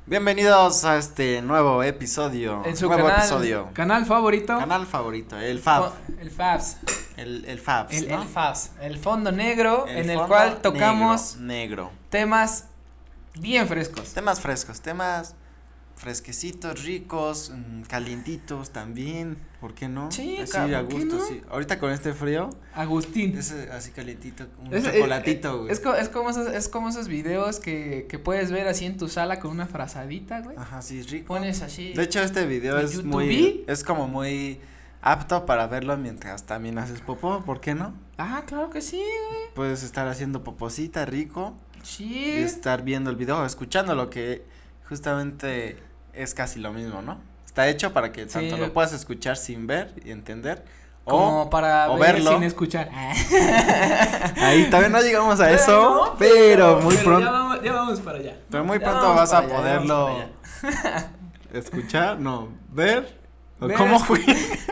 Bienvenidos a este nuevo episodio. En su nuevo canal, episodio. canal favorito. Canal favorito, el Fab. El Fabs. El Fabs, ¿no? El Fabs. El fondo negro El en el fondo cual tocamos negro. temas bien frescos. Temas frescos, temas fresquecitos, ricos, calientitos también, ¿por qué no? Sí, así ¿por a qué gusto, no? sí. Ahorita con este frío, Agustín. es así calientito, un Es- chocolatito, güey. Es como esos videos que puedes ver así en tu sala con una frazadita, güey. Ajá, sí, rico. Pones así. De hecho, este video ¿en es YouTube? es como muy apto para verlo mientras también haces popó, ¿por qué no? Ah, claro que sí, Puedes estar haciendo poposita rico y sí. estar viendo el video o escuchando lo que justamente es casi lo mismo, ¿no? Está hecho para que tanto Sí. lo puedas escuchar sin ver y entender Como para o ver verlo. sin escuchar. ahí todavía no llegamos a eso, No, pero muy ya pronto, vamos para allá. pero muy Ya pronto vamos vas a para allá, ya poderlo vamos para allá. escuchar, no, ver, o Ver, cómo fue.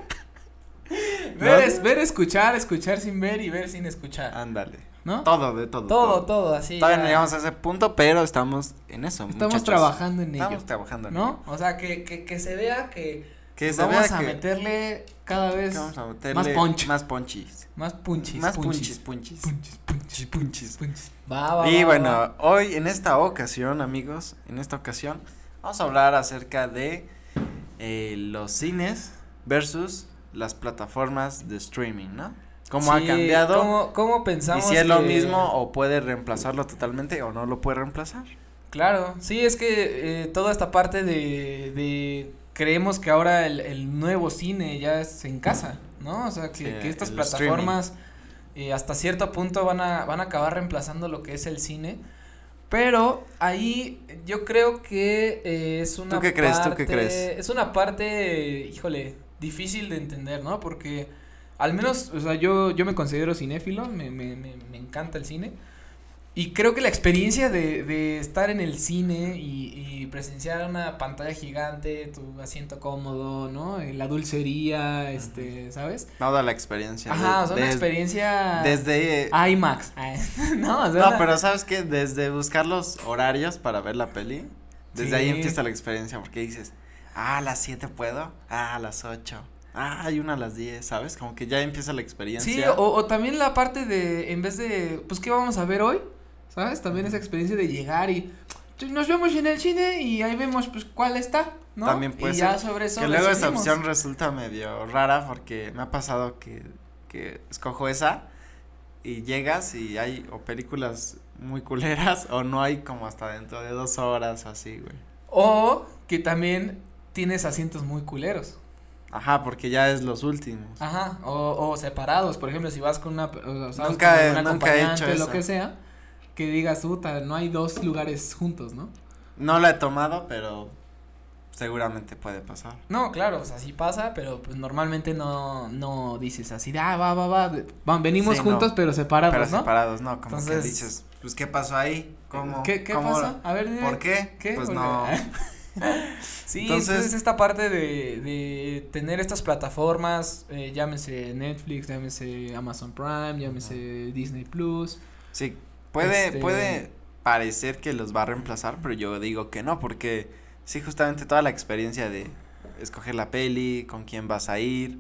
Ver, escuchar sin ver y ver sin escuchar, Ándale, ¿no? todo, de todo. Todo, así. Todavía ya. no llegamos a ese punto, pero estamos en eso, Estamos muchachos. trabajando en Estamos ello, trabajando en ello. ¿no? O sea, que se vea que se vamos vea a que- meterle cada vez que vamos a meterle más punch. más ponchis. más punchis. Más punchis. Punchis. Va, Y va, bueno, va. hoy en esta ocasión, amigos, vamos a hablar acerca de los cines versus las plataformas de streaming, ¿no? Cómo ha Sí, cambiado ¿Cómo y pensamos si es lo que- mismo o puede reemplazarlo totalmente o no lo puede reemplazar. Claro, sí, es que toda esta parte de creemos que ahora el nuevo cine ya es en casa, ¿no? O sea, Sí, que estas el plataformas hasta cierto punto van a acabar reemplazando lo que es el cine, pero ahí yo creo que es una ¿Tú qué crees? ¿Tú qué crees? Es una parte, híjole, difícil de entender, ¿no? Porque al menos, o sea, yo me considero cinéfilo, me encanta el cine. Y creo que la experiencia de estar en el cine y presenciar una pantalla gigante, tu asiento cómodo, ¿no? La dulcería, ¿sabes? Toda la experiencia. Ajá, o sea, una experiencia Desde IMAX, no, o sea, No, pero ¿sabes qué? Desde buscar los horarios para ver la peli, desde ahí Sí. empieza la experiencia, porque dices, a las 7 puedo, a las 8, hay una a las 10, ¿sabes? Como que ya empieza la experiencia. sí, o también la parte de, en vez de, pues, ¿qué vamos a ver hoy? ¿Sabes? También esa experiencia de llegar y nos vemos en el cine y ahí vemos, pues, cuál está, ¿no? También puede y ya ser sobre eso que luego esa decidimos. opción resulta medio rara, porque me ha pasado que escojo esa y llegas y hay o películas muy culeras o no hay como hasta dentro de 2 horas o así, güey. O que también tienes asientos muy culeros. Ajá, porque ya es los últimos. Ajá, o separados, por ejemplo, si vas con una, o sabes, Nunca con he- un nunca he acompañante, hecho lo eso. que sea, que digas, puta, no hay dos lugares juntos, ¿no? No la he tomado, pero seguramente puede pasar. No, claro, o sea, sí pasa, pero pues normalmente no dices así, de, va, venimos Sí, juntos, no. pero separados, Pero ¿no? separados, no, como que Entonces- dices, pues, ¿qué pasó ahí? ¿Cómo? ¿Qué cómo- pasa? A ver, dime. ¿Por qué? ¿Qué? Pues Porque- no. Sí, Entonces- entonces esta parte de tener estas plataformas, llámese Netflix, llámese Amazon Prime, llámese Disney Plus. Sí, Este- puede parecer que los va a reemplazar, pero yo digo que no, porque sí, justamente toda la experiencia de escoger la peli, con quién vas a ir,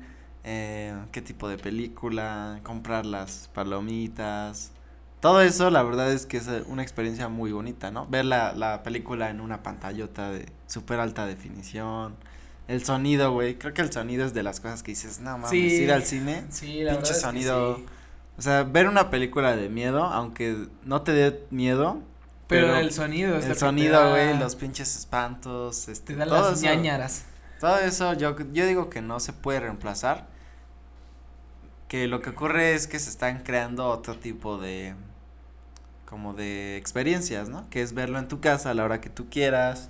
qué tipo de película, comprar las palomitas, todo eso la verdad es que es una experiencia muy bonita, ¿no? Ver la película en una pantallota de súper alta definición, el sonido, güey, creo que el sonido es de las cosas que dices, no mames, Sí, ir al cine, sí, la pinche verdad sonido. es que sí. O sea, ver una película de miedo, aunque no te dé miedo, Pero el sonido es lo el que sonido, te da- güey, los pinches espantos, te da todo las eso, ñañaras. todo eso yo digo que no se puede reemplazar, que lo que ocurre es que se están creando otro tipo de, como de experiencias, ¿no? Que es verlo en tu casa a la hora que tú quieras,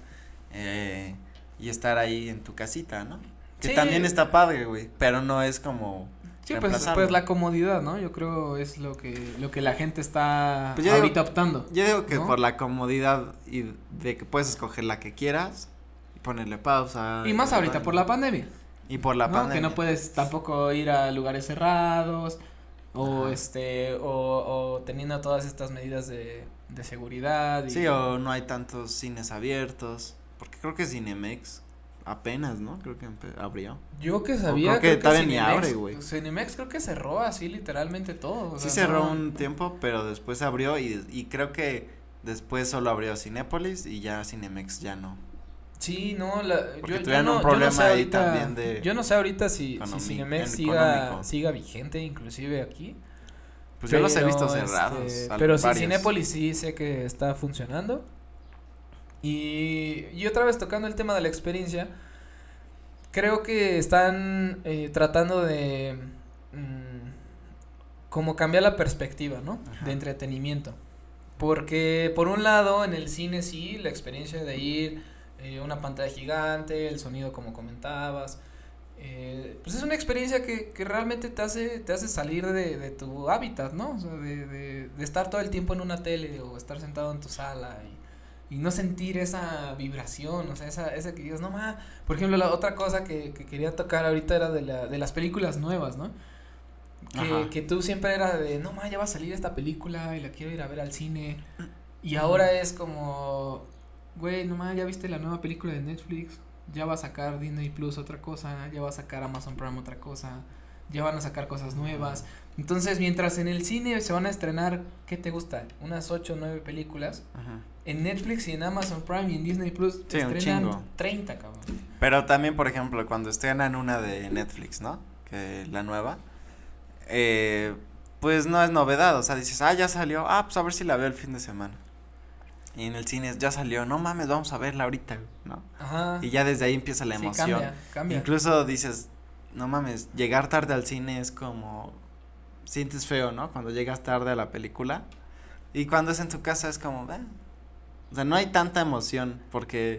y estar ahí en tu casita, ¿no? Que Sí. también está padre, güey, pero no es como Sí, reemplazarlo. pues la comodidad, ¿no? Yo creo es lo que la gente está Pues yo ahorita digo- optando. Yo digo que ¿no? por la comodidad y de que puedes escoger la que quieras y ponerle pausa. Y más ahorita por la pandemia. Y por la ¿no? pandemia. Que no puedes tampoco ir a lugares cerrados o Ajá. o teniendo todas estas medidas de seguridad y Sí, o no hay tantos cines abiertos. Porque creo que Cinemex apenas, ¿no? Creo que abrió. Yo que sabía, creo que todavía ni Cinemex, abre, güey. Cinemex creo que cerró así literalmente todo. O Sí sea, cerró no- un tiempo, pero después abrió y creo que después solo abrió Cinépolis y ya Cinemex ya no. Sí, no, Porque yo tuvieron no, un yo no problema sé ahí ahorita, también de yo no sé ahorita si Cinemex siga económico. vigente inclusive aquí. Pues yo los he visto Pero, cerrados. pero sí, varios. Cinépolis sí sé que está funcionando. Y otra vez tocando el tema de la experiencia, creo que están tratando de como cambiar la perspectiva, ¿no? Ajá. De entretenimiento. Porque por un lado en el cine sí, la experiencia de ir, una pantalla gigante, el sonido como comentabas, pues es una experiencia que realmente te hace salir de tu hábitat, ¿no? O sea, de estar todo el tiempo en una tele o estar sentado en tu sala y no sentir esa vibración, o sea, esa que digas, no ma, por ejemplo, la otra cosa que quería tocar ahorita era de las películas nuevas, ¿no? Ajá. Que tú siempre era de, no ma, ya va a salir esta película y la quiero ir a ver al cine, y ahora es como, güey, no ma, ya viste la nueva película de Netflix, ya va a sacar Disney Plus otra cosa, ya va a sacar Amazon Prime otra cosa, ya van a sacar cosas nuevas. Entonces, mientras en el cine se van a estrenar, ¿qué te gusta? Unas 8 o 9 películas. Ajá. En Netflix y en Amazon Prime y en Disney Plus Sí, un estrenan chingo. 30, cabrón. Pero también, por ejemplo, cuando estrenan una de Netflix, ¿no? Que la nueva, pues no es novedad, o sea, dices, ya salió, pues a ver si la veo el fin de semana. Y en el cine ya salió, no mames, vamos a verla ahorita, ¿no? Ajá. Y ya desde ahí empieza la Sí, emoción. cambia. Incluso dices, no mames, llegar tarde al cine es como, sientes feo, ¿no? Cuando llegas tarde a la película. Y cuando es en tu casa es como, o sea, no hay tanta emoción porque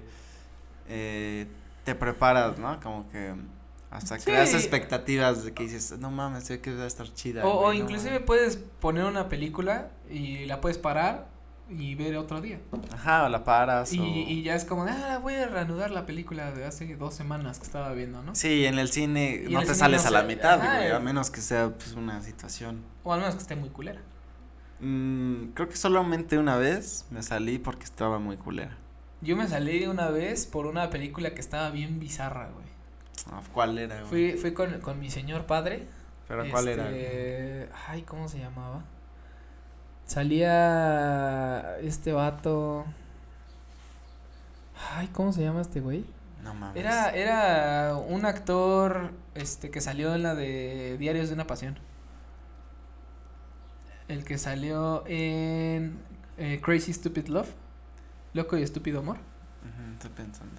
te preparas, ¿no? Como que hasta Sí. creas expectativas de que dices, no mames, sé que va a estar chida. O güey, no inclusive mames". puedes poner una película y la puedes parar y ver otro día. Ajá, o la paras Y ya es como, voy a reanudar la película de hace 2 semanas que estaba viendo, ¿no? Sí, en el cine Y en no el te cine sales no a la sé, mitad, ajá, güey, a menos que sea pues una situación. O al menos que esté muy culera. Creo que solamente una vez me salí porque estaba muy culera. Yo me salí una vez por una película que estaba bien bizarra, güey. ¿Cuál era, güey? Fui con mi señor padre. ¿Pero cuál era? Ay, ¿cómo se llamaba? Salía este vato. Ay, ¿cómo se llama este güey? No mames. Era un actor que salió en la de Diarios de una Pasión. El que salió en Crazy Stupid Love. Loco y estúpido amor. Estoy pensando.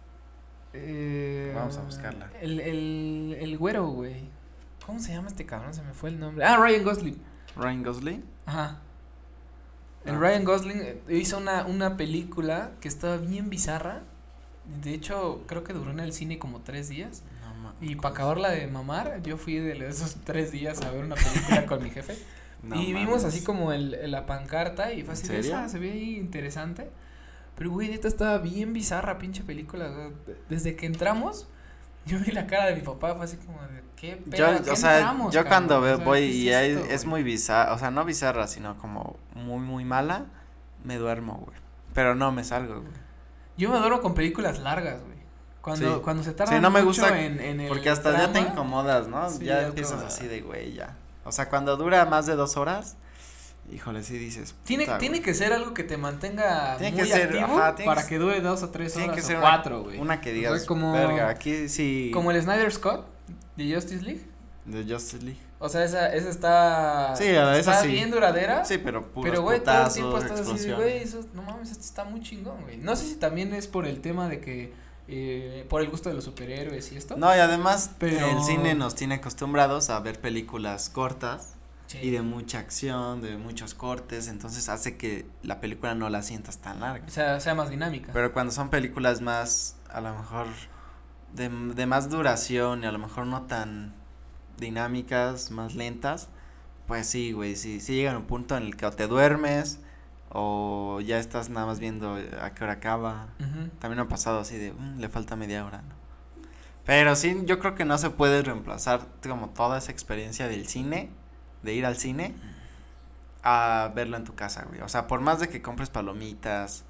Vamos a buscarla. El güero, güey. ¿Cómo se llama este cabrón? Se me fue el nombre. Ryan Gosling. Ryan Gosling. Ajá. El Ah. Ryan Gosling hizo una película que estaba bien bizarra. De hecho, creo que duró en el cine como 3 días. No mames. Y para acabarla de mamar, yo fui de esos 3 días a ver una película con mi jefe. No Y vimos mames. así como la pancarta y fue así, ¿En serio? se ve ahí interesante. Pero güey, neta estaba bien bizarra, pinche película. O sea, desde que entramos, yo vi la cara de mi papá, fue así como de, ¿qué pedo? ¿A qué O sea, entramos, yo cuando cabrón? O sea, voy ¿qué y es esto, es güey? muy bizarra, o sea, no bizarra, sino como muy, muy mala, me duermo, güey. Pero no me salgo, güey. Yo me adoro con películas largas, güey. Sí. Cuando se tardan Sí, no me mucho gusta en el porque hasta ya te trama, incomodas, ¿no? Sí, ya es empiezas como- así de, güey, ya. O sea, cuando dura más de 2 horas, híjole, sí dices. Tiene puta, que güey. ser algo que te mantenga Tiene muy que ser, activo ajá, tiene para que- que dure 2 o 3 Tiene horas que ser o 4, güey. una que O digas, sea, como, verga, aquí sí. como el Snyder Scott de Justice League. De Justice League. O sea, esa está. Sí, esa está sí. bien duradera. Sí, pero puros Pero, güey, todo el putazos, tiempo estás así de, explosiones. güey, eso, no mames, esto está muy chingón, güey. No sé si también es por el tema de que, por el gusto de los superhéroes y esto. No, y además Pero- el cine nos tiene acostumbrados a ver películas cortas Sí. y de mucha acción, de muchos cortes, entonces hace que la película no la sientas tan larga. O sea más dinámica. Pero cuando son películas más, a lo mejor, de más duración y a lo mejor no tan dinámicas, más lentas, pues sí, güey, sí llega un punto en el que o te duermes o ya estás nada más viendo a qué hora acaba. Ujú. También me ha pasado así de, le falta media hora, ¿no? Pero sí, yo creo que no se puede reemplazar como toda esa experiencia del cine, de ir al cine, a verlo en tu casa, güey. O sea, por más de que compres palomitas,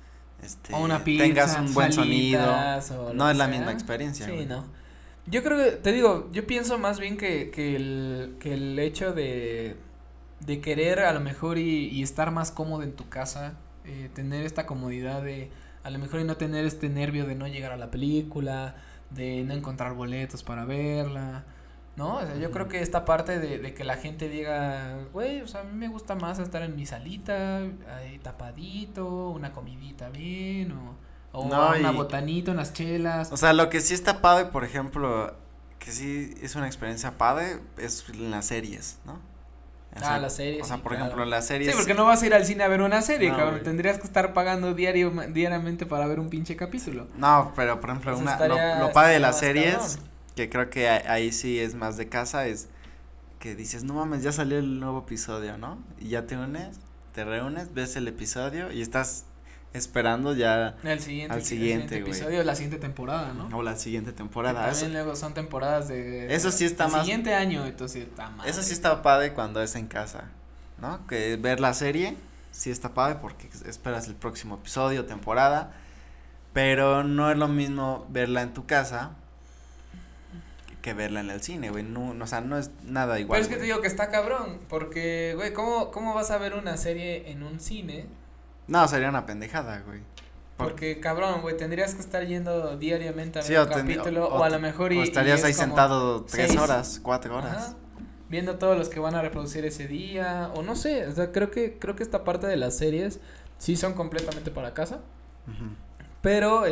O una pizza, tengas un buen sonido, o no es la sea. misma experiencia. Sí, güey. no. Yo creo que, te digo, yo pienso más bien que el hecho de querer a lo mejor y estar más cómodo en tu casa, tener esta comodidad de a lo mejor y no tener este nervio de no llegar a la película, de no encontrar boletos para verla, ¿no? O sea, yo creo que esta parte de que la gente diga, güey, o sea, a mí me gusta más estar en mi salita, ahí tapadito, una comidita bien, o No, una y- botanita, unas chelas. O sea, lo que sí está padre, por ejemplo, que sí es una experiencia padre, es en las series, ¿no? O sea, Las series. O sea, sí, por claro. ejemplo, las series. Sí, porque no vas a ir al cine a ver una serie, No, cabrón. güey. Tendrías que estar pagando diariamente para ver un pinche capítulo. No, pero por ejemplo, Entonces estaría- lo padre de estaría las más series, cabrón. que creo que ahí sí es más de casa, es que dices, no mames, ya salió el nuevo episodio, ¿no? Y ya te reúnes, ves el episodio y estás esperando ya El siguiente, al siguiente, güey. episodio, la siguiente temporada, ¿no? o la siguiente Que temporada. también luego son temporadas de. Eso sí está el más- siguiente año, entonces está mal. Eso sí está padre cuando es en casa, ¿no? Que ver la serie sí está padre porque esperas el próximo episodio, temporada, pero no es lo mismo verla en tu casa que verla en el cine, güey. No, o sea, no es nada igual. Pero es que te güey. digo que está cabrón, porque, güey, ¿cómo vas a ver una serie en un cine? No, sería una pendejada, güey. Porque, cabrón, güey, tendrías que estar yendo diariamente a ver Sí, un capítulo, o a lo mejor o estarías es ahí como sentado 3 6 horas, 4 horas. Ajá, viendo todos los que van a reproducir ese día, o no sé, o sea, creo que esta parte de las series sí son completamente para casa, Ujú. pero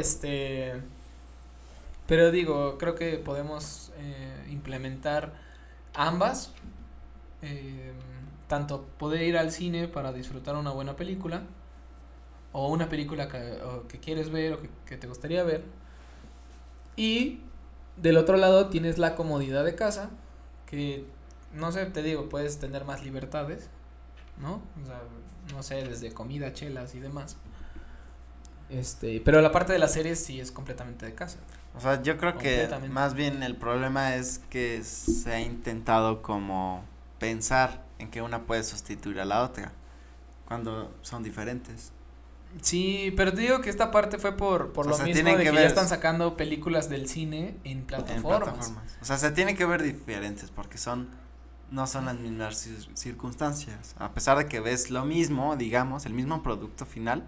pero digo, creo que podemos implementar ambas, tanto poder ir al cine para disfrutar una buena película, o una película que quieres ver o que te gustaría ver, y del otro lado tienes la comodidad de casa, que no sé, te digo, puedes tener más libertades, ¿no? O sea, no sé, desde comida, chelas y demás. Pero la parte de las series sí es completamente de casa. O sea, yo creo que Completamente. más bien el problema es que se ha intentado como pensar en que una puede sustituir a la otra cuando son diferentes. Sí, pero te digo que esta parte fue por O lo sea, mismo tienen de que que ver- ya están sacando películas del cine en En plataformas. plataformas. O sea, se tienen que ver diferentes porque no son las mismas circunstancias. A pesar de que ves lo mismo, digamos, el mismo producto final,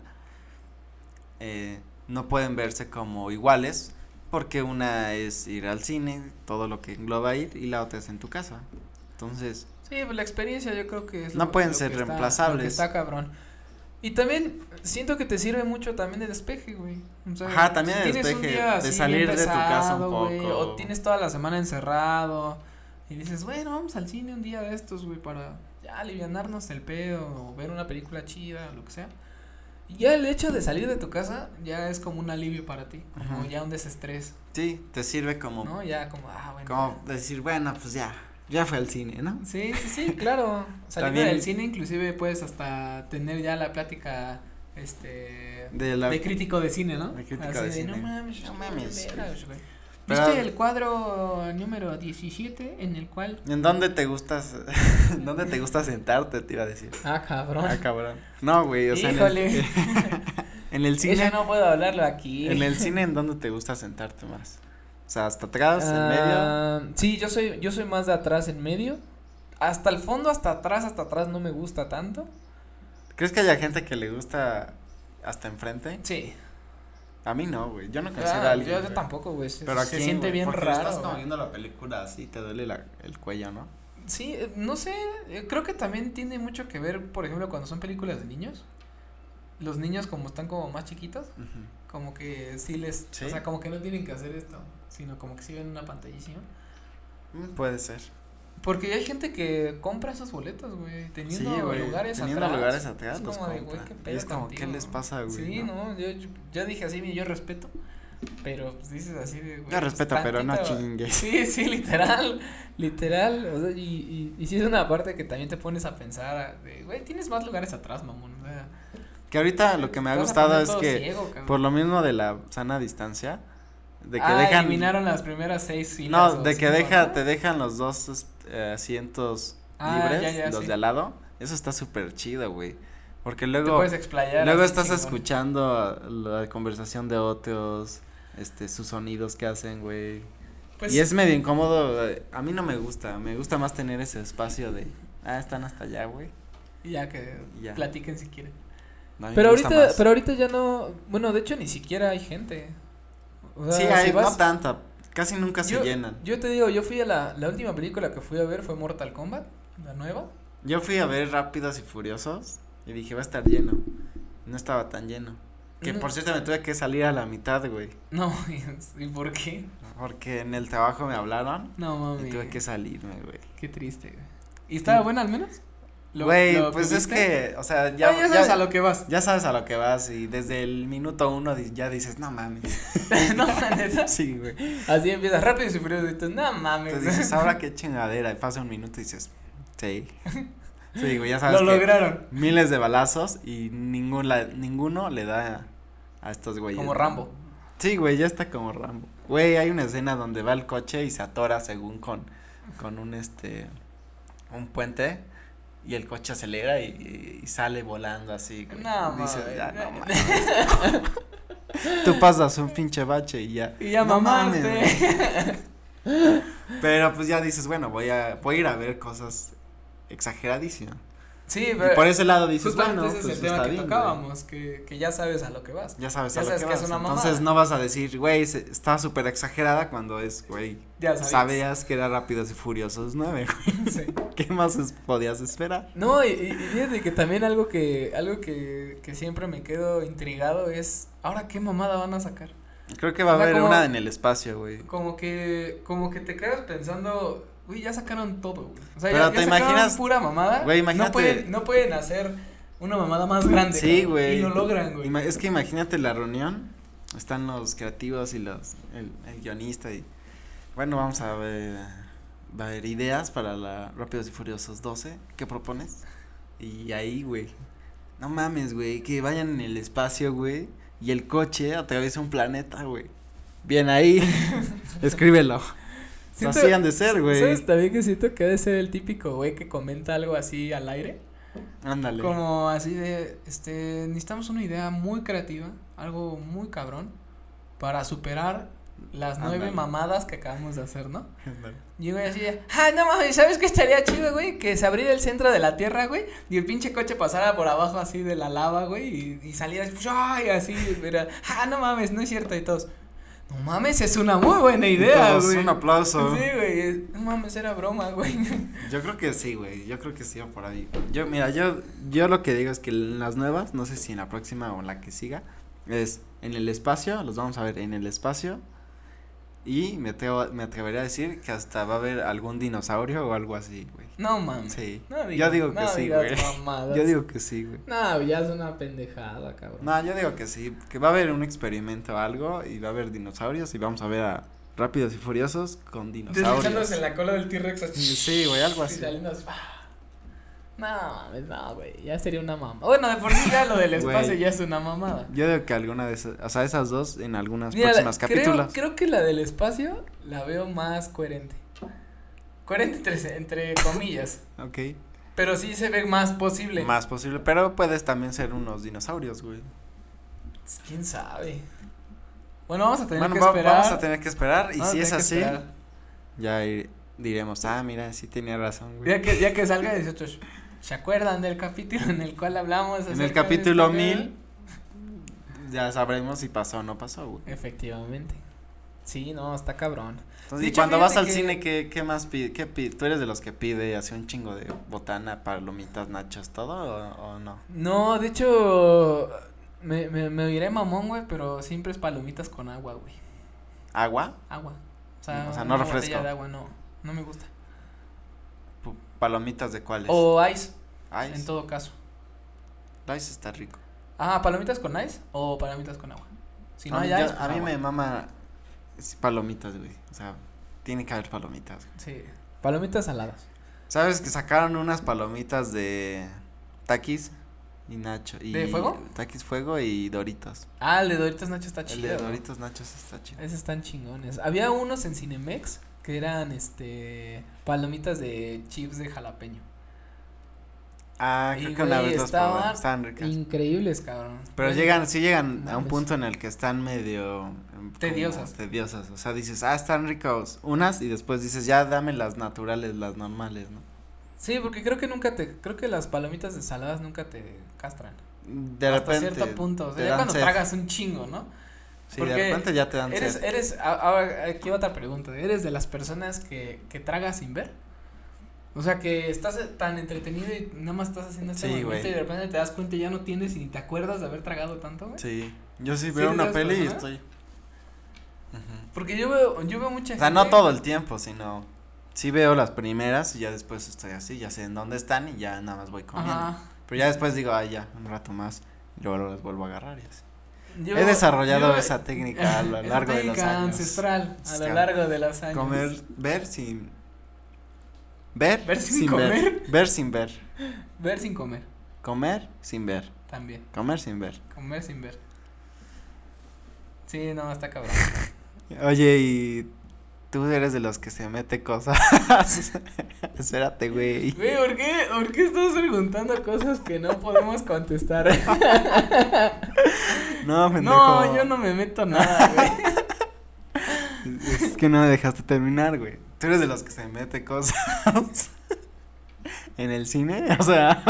no pueden verse como iguales porque una es ir al cine, todo lo que engloba ir, y la otra es en tu casa. Entonces, Sí, pues la experiencia yo creo que es No pueden lo ser que está- reemplazables. lo que está cabrón. Y también siento que te sirve mucho también de despeje, güey. O sea, Ajá, también si de tienes un despeje, día de así salir bien de tu casa un pesado, güey, poco. o tienes toda la semana encerrado y dices, bueno, vamos al cine un día de estos, güey, para ya alivianarnos el pedo o ver una película chida o lo que sea. Y ya el hecho de salir de tu casa ya es como un alivio para ti, como Ajá. ya un desestrés, sí, te sirve como, ¿no? Ya como, bueno. como decir, bueno, pues ya fue al cine, ¿no? Sí, claro. Saliendo También- del cine inclusive puedes hasta tener ya la plática, de crítico de cine, ¿no? De crítico Así de cine. no mames, No estuvo mames, bien vergas, güey. Pero- ¿Viste el cuadro número 17 en el cual? ¿En dónde te gustas, dónde te gusta sentarte, te iba a decir? Cabrón. Ah, cabrón. No, güey, o sea, Híjole. en el cine, Ese no puedo hablarlo aquí. en el cine, ¿en dónde te gusta sentarte más? O sea, hasta atrás, en medio. Sí, yo soy más de atrás en medio. Hasta el fondo, hasta atrás no me gusta tanto. ¿Crees que haya gente que le gusta hasta enfrente? Sí. A mí no, güey. Yo no considero a alguien. Yo güey. tampoco, güey. Se Pero aquí siente bien Porque raro. estás como güey. viendo la película así, te duele el cuello, ¿no? Sí, no sé, creo que también tiene mucho que ver, por ejemplo, cuando son películas de niños. Los niños como están como más chiquitos, como que sí les, ¿Sí? o sea, como que no tienen que hacer esto, sino como que sí ven una pantallísima. Puede ser. Porque hay gente que compra esos boletos, güey, teniendo Sí, güey. lugares Teniendo atrás. lugares atrás, Es los como de, compra. güey, qué Y pedo es como, contigo, ¿qué les ¿no? pasa, güey? Sí, no, yo dije así, yo respeto, pero pues dices así de, güey. Yo respeto, pues, pero no tantito- chingues. Sí, literal, o sea, y sí es una parte que también te pones a pensar, de, güey, tienes más lugares atrás, mamón, o sea. Que ahorita lo que me ha te vas a gustado poner es todo que, ciego, cabrón. por lo mismo de la sana distancia, de que dejan. eliminaron las primeras 6 filas. No, o de que 5, ¿no? te dejan los dos asientos Ah, libres, ya, los sí. de al lado. Eso está súper chido, güey. Porque Te luego, puedes explayar. luego así estás chingón. escuchando la conversación de otros, sus sonidos que hacen, güey. Pues, Y es medio incómodo, a mí no me gusta más tener ese espacio de, están hasta allá, güey. y ya que Y ya. platiquen si quieren. A mí Pero me gusta ahorita, más. pero ahorita ya no, bueno, de hecho ni siquiera hay gente. O sea, Sí, si hay, vas- no tanta, casi nunca se llenan. Yo te digo, yo fui a la última película que fui a ver fue Mortal Kombat, la nueva. Yo fui a ver Rápidos y Furiosos y dije, va a estar lleno. No estaba tan lleno. Que No. por cierto me tuve que salir a la mitad, güey. No, ¿y por qué? Porque en el trabajo me hablaron No mami. y tuve que salirme, güey. Qué triste, güey. ¿Y estaba buena al menos? Güey, lo pues que es viste? que, o sea, Ya sabes a lo que vas. ya sabes a lo que vas y desde el minuto 1 ya dices, no mames. No, la neta. Sí, güey. Así empiezas rápido y furioso y tú, no mames. Entonces dices, ahora qué chingadera. Y pasa un minuto y dices, sí. Sí, güey, ya sabes Lo que lograron. miles de balazos y ninguno le da a estos güeyes. Como Rambo. Sí, güey, ya está como Rambo. Güey, hay una escena donde va el coche y se atora según con un puente y el coche acelera y sale volando así, güey. No, Dices, mames. ya, no mames. Tú pasas un pinche bache y ya. Y ya no mames, mamaste. güey. Pero pues ya dices, bueno, voy a ir a ver cosas exageradísimas. Sí, Y pero por ese lado dices, justamente bueno, ese es pues el tema está que bien, güey. tocábamos, que ya sabes a lo que vas. Ya sabes Ya a lo sabes que que es vas. una mamada. Entonces no vas a decir, güey, está súper exagerada cuando es, güey, Ya sabes. sabías que era Rápidos y Furiosos 9, güey. Sí. ¿Qué más podías esperar? No, y fíjate que también algo que siempre me quedo intrigado es, ¿ahora qué mamada van a sacar? Creo que va a O sea, haber como- una en el espacio, güey. Como que te quedas pensando, güey, ya sacaron todo, güey. O sea, Pero ya te sacaron imaginas- pura mamada. güey, imagínate- No pueden hacer una mamada más grande. Sí, cabrón, güey. Y lo logran, güey. Es que imagínate la reunión, están los creativos y el guionista y, bueno, vamos a ver ideas para la Rápidos y Furiosos 12, ¿qué propones? Y ahí, güey, no mames, güey, que vayan en el espacio, güey, y el coche atraviesa un planeta, güey. Bien ahí, escríbelo. Siento- Así han de ser, güey. ¿Sabes también que siento que ha de ser el típico güey que comenta algo así al aire? Ándale. Como así de, necesitamos una idea muy creativa, algo muy cabrón, para superar las 9 Ándale. mamadas que acabamos de hacer, ¿no? Ándale. Y güey así de, no mames, ¿sabes qué estaría chido, güey? Que se abriera el centro de la tierra, güey, y el pinche coche pasara por abajo así de la lava, güey, y saliera así, ¡ay! Así, era, no mames, no es cierto, y todos, no mames, es una muy buena idea, Todos, güey. un aplauso. Sí, güey, no mames, era broma, güey. Yo creo que sí, güey, yo creo que sí va por ahí. Mira, yo lo que digo es que en las nuevas, no sé si en la próxima o en la que siga, es en el espacio, los vamos a ver en el espacio, y me atrevería a decir que hasta va a haber algún dinosaurio o algo así, güey. No mames. Sí, No yo digo que no sí, digas güey. mamadas. Yo digo que sí, güey. No, ya es una pendejada, cabrón. No, yo digo que sí, que va a haber un experimento o algo, y va a haber dinosaurios, y vamos a ver a Rápidos y Furiosos con dinosaurios. Deslizándose en la cola del T-Rex así. Sí, güey, algo Y así. saliendo así, No, mames, no, güey, ya sería una mamada. Bueno, de por sí ya lo del espacio Güey. ya es una mamada. Yo digo que alguna de esas, o sea, esas dos en algunas Mira, próximas capítulos. creo que la del espacio la veo más coherente. Coherente entre comillas. Ok. Pero sí se ve más posible. Más posible, pero puedes también ser unos dinosaurios, güey. ¿Quién sabe? Bueno, vamos a tener Bueno, que esperar. vamos a tener que esperar, y Vamos a si es tener que así, esperar. ya diremos, mira, sí tenía razón, güey. Ya que salga 18, ¿se acuerdan del capítulo en el cual hablamos? En el acerca de capítulo este pedo? 1000, ya sabremos si pasó o no pasó, güey. Efectivamente. Sí, no, está cabrón. Entonces, De y hecho, cuando vas al fíjate cine, ¿qué más pide? ¿Tú eres de los que pide así un chingo de botana, palomitas, nachos, todo, o no? No, de hecho, me diré mamón, güey, pero siempre es palomitas con agua, güey. ¿Agua? Agua. O No sea, refresco. una botella de agua, no me gusta. ¿Palomitas de cuáles? O ice, Ice. en todo caso. Ice está rico. ¿Palomitas con ice o palomitas con agua? Si no hay yo- ice, pues a mí agua. me mama palomitas, güey. O sea, tiene que haber palomitas. Sí, palomitas saladas. ¿Sabes que sacaron unas palomitas de Takis y Nacho? ¿De fuego? Takis Fuego y Doritos. El de Doritos Nacho está El chido. de Doritos Nachos está chido. Esos están chingones. Había unos en Cinemex que eran, palomitas de chips de jalapeño. Ah, Y, creo que una güey, vez los probé, estaban ricas. increíbles, cabrón. Pero Güey, sí llegan a un mames. punto en el que están medio como Tediosas. tediosas, o sea, dices, están ricos unas y después dices, ya dame las naturales, las normales, ¿no? Sí, porque creo que las palomitas de saladas nunca te castran. De Hasta repente cierto punto, o te sea, ya dan cuando sed. tragas un chingo, ¿no? Sí, porque de repente ya te dan sed. Ahora, aquí otra pregunta, ¿eres de las personas que tragas sin ver? O sea, que estás tan entretenido y nada más estás haciendo este Sí, movimiento güey. y de repente te das cuenta y ya no tienes y ni te acuerdas de haber tragado tanto, güey. Sí, yo sí ¿Sí veo eres de una esas peli y personas? estoy. Ujú. Porque yo veo mucha O sea, gente. no todo el tiempo, sino sí veo las primeras y ya después estoy así, ya sé en dónde están y ya nada más voy comiendo. Ajá. Pero ya después digo, ay, ya, un rato más, y luego las vuelvo a agarrar y así. Yo- He desarrollado yo- esa técnica a lo esa largo de los técnica años. ancestral a lo Ancestral. largo de los años. Comer, ver sin ver, Ver sin comer. ver sin ver, Ver sin comer, comer sin ver, también. comer sin ver. Comer sin ver. Sí, no, está cabrón. Oye, y tú eres de los que se mete cosas. Espérate, güey. Güey, ¿por qué estás preguntando cosas que no podemos contestar? No, pendejo. No, yo no me meto nada, güey. Es que no me dejaste terminar, güey. Tú eres de los que se mete cosas en el cine, o sea.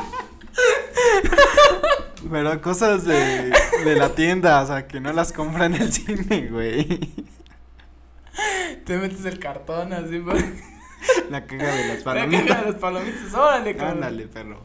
Pero cosas de la tienda, o sea, que no las compra en el cine, güey. Te metes el cartón así, por La caga de las la caja palomitas. de las palomitas. Órale, cabrón. Ándale, perro.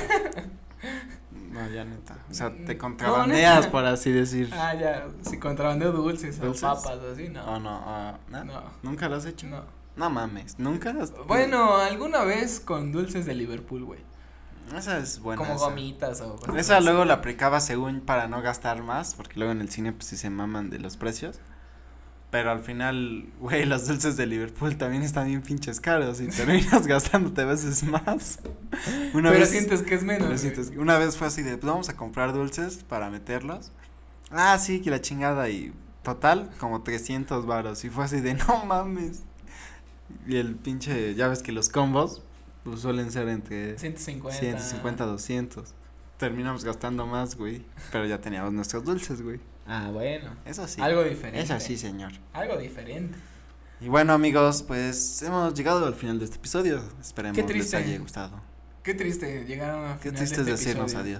No, ya neta. O sea, te No, contrabandeas, neta. por así decir. Ah, ya, si contrabandeo dulces ¿Dulces? o papas o así, no. ¿O no? ¿No? No. ¿Nunca lo has hecho? No. No mames, ¿nunca? Bueno, alguna vez con dulces de Liverpool, güey. Esa es buena. Como esa. gomitas o cosas Esa así. luego la aplicaba según para no gastar más, porque luego en el cine pues sí se maman de los precios. Pero al final, güey, los dulces de Liverpool también están bien pinches caros y terminas gastándote a veces más. Pero sientes que es menos, güey. Una vez fue así de, pues vamos a comprar dulces para meterlos. Ah, sí, que la chingada y total como 300 varos y fue así de, no mames. Y el pinche, ya ves que los combos pues suelen ser entre 150, 200. Terminamos gastando más, güey, pero ya teníamos nuestros dulces, güey. Ah, bueno. Eso sí. Algo diferente. Eso sí, señor. Algo diferente. Y bueno, amigos, pues hemos llegado al final de este episodio. Esperemos Qué les triste. haya gustado. Qué triste llegar a Qué final triste de es este decirnos episodio.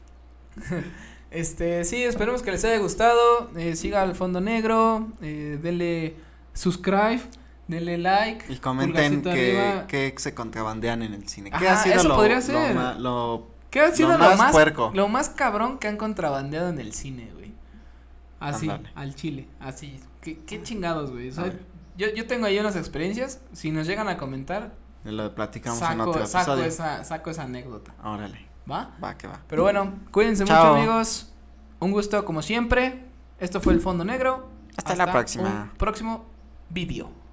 adiós. Sí, esperemos que les haya gustado. Siga al Fondo Negro. Denle subscribe. Denle like. Y comenten pulgarcito arriba. que se contrabandean en el cine. ¿Qué Ajá, ha sido eso lo, podría lo ser. ma- lo- ¿Qué ha sido lo lo más más puerco? lo más cabrón que han contrabandeado en el cine, güey? Así, Ándale. al chile, así. ¿Qué chingados, güey? O sea, A ver. yo tengo ahí unas experiencias. Si nos llegan a comentar, Lo platicamos en otro saco episodio. saco esa anécdota. Órale, ¿Va? va que va. Pero bueno, cuídense Chao. mucho, amigos. Un gusto como siempre. Esto fue el Fondo Negro. Hasta la próxima. Un próximo video.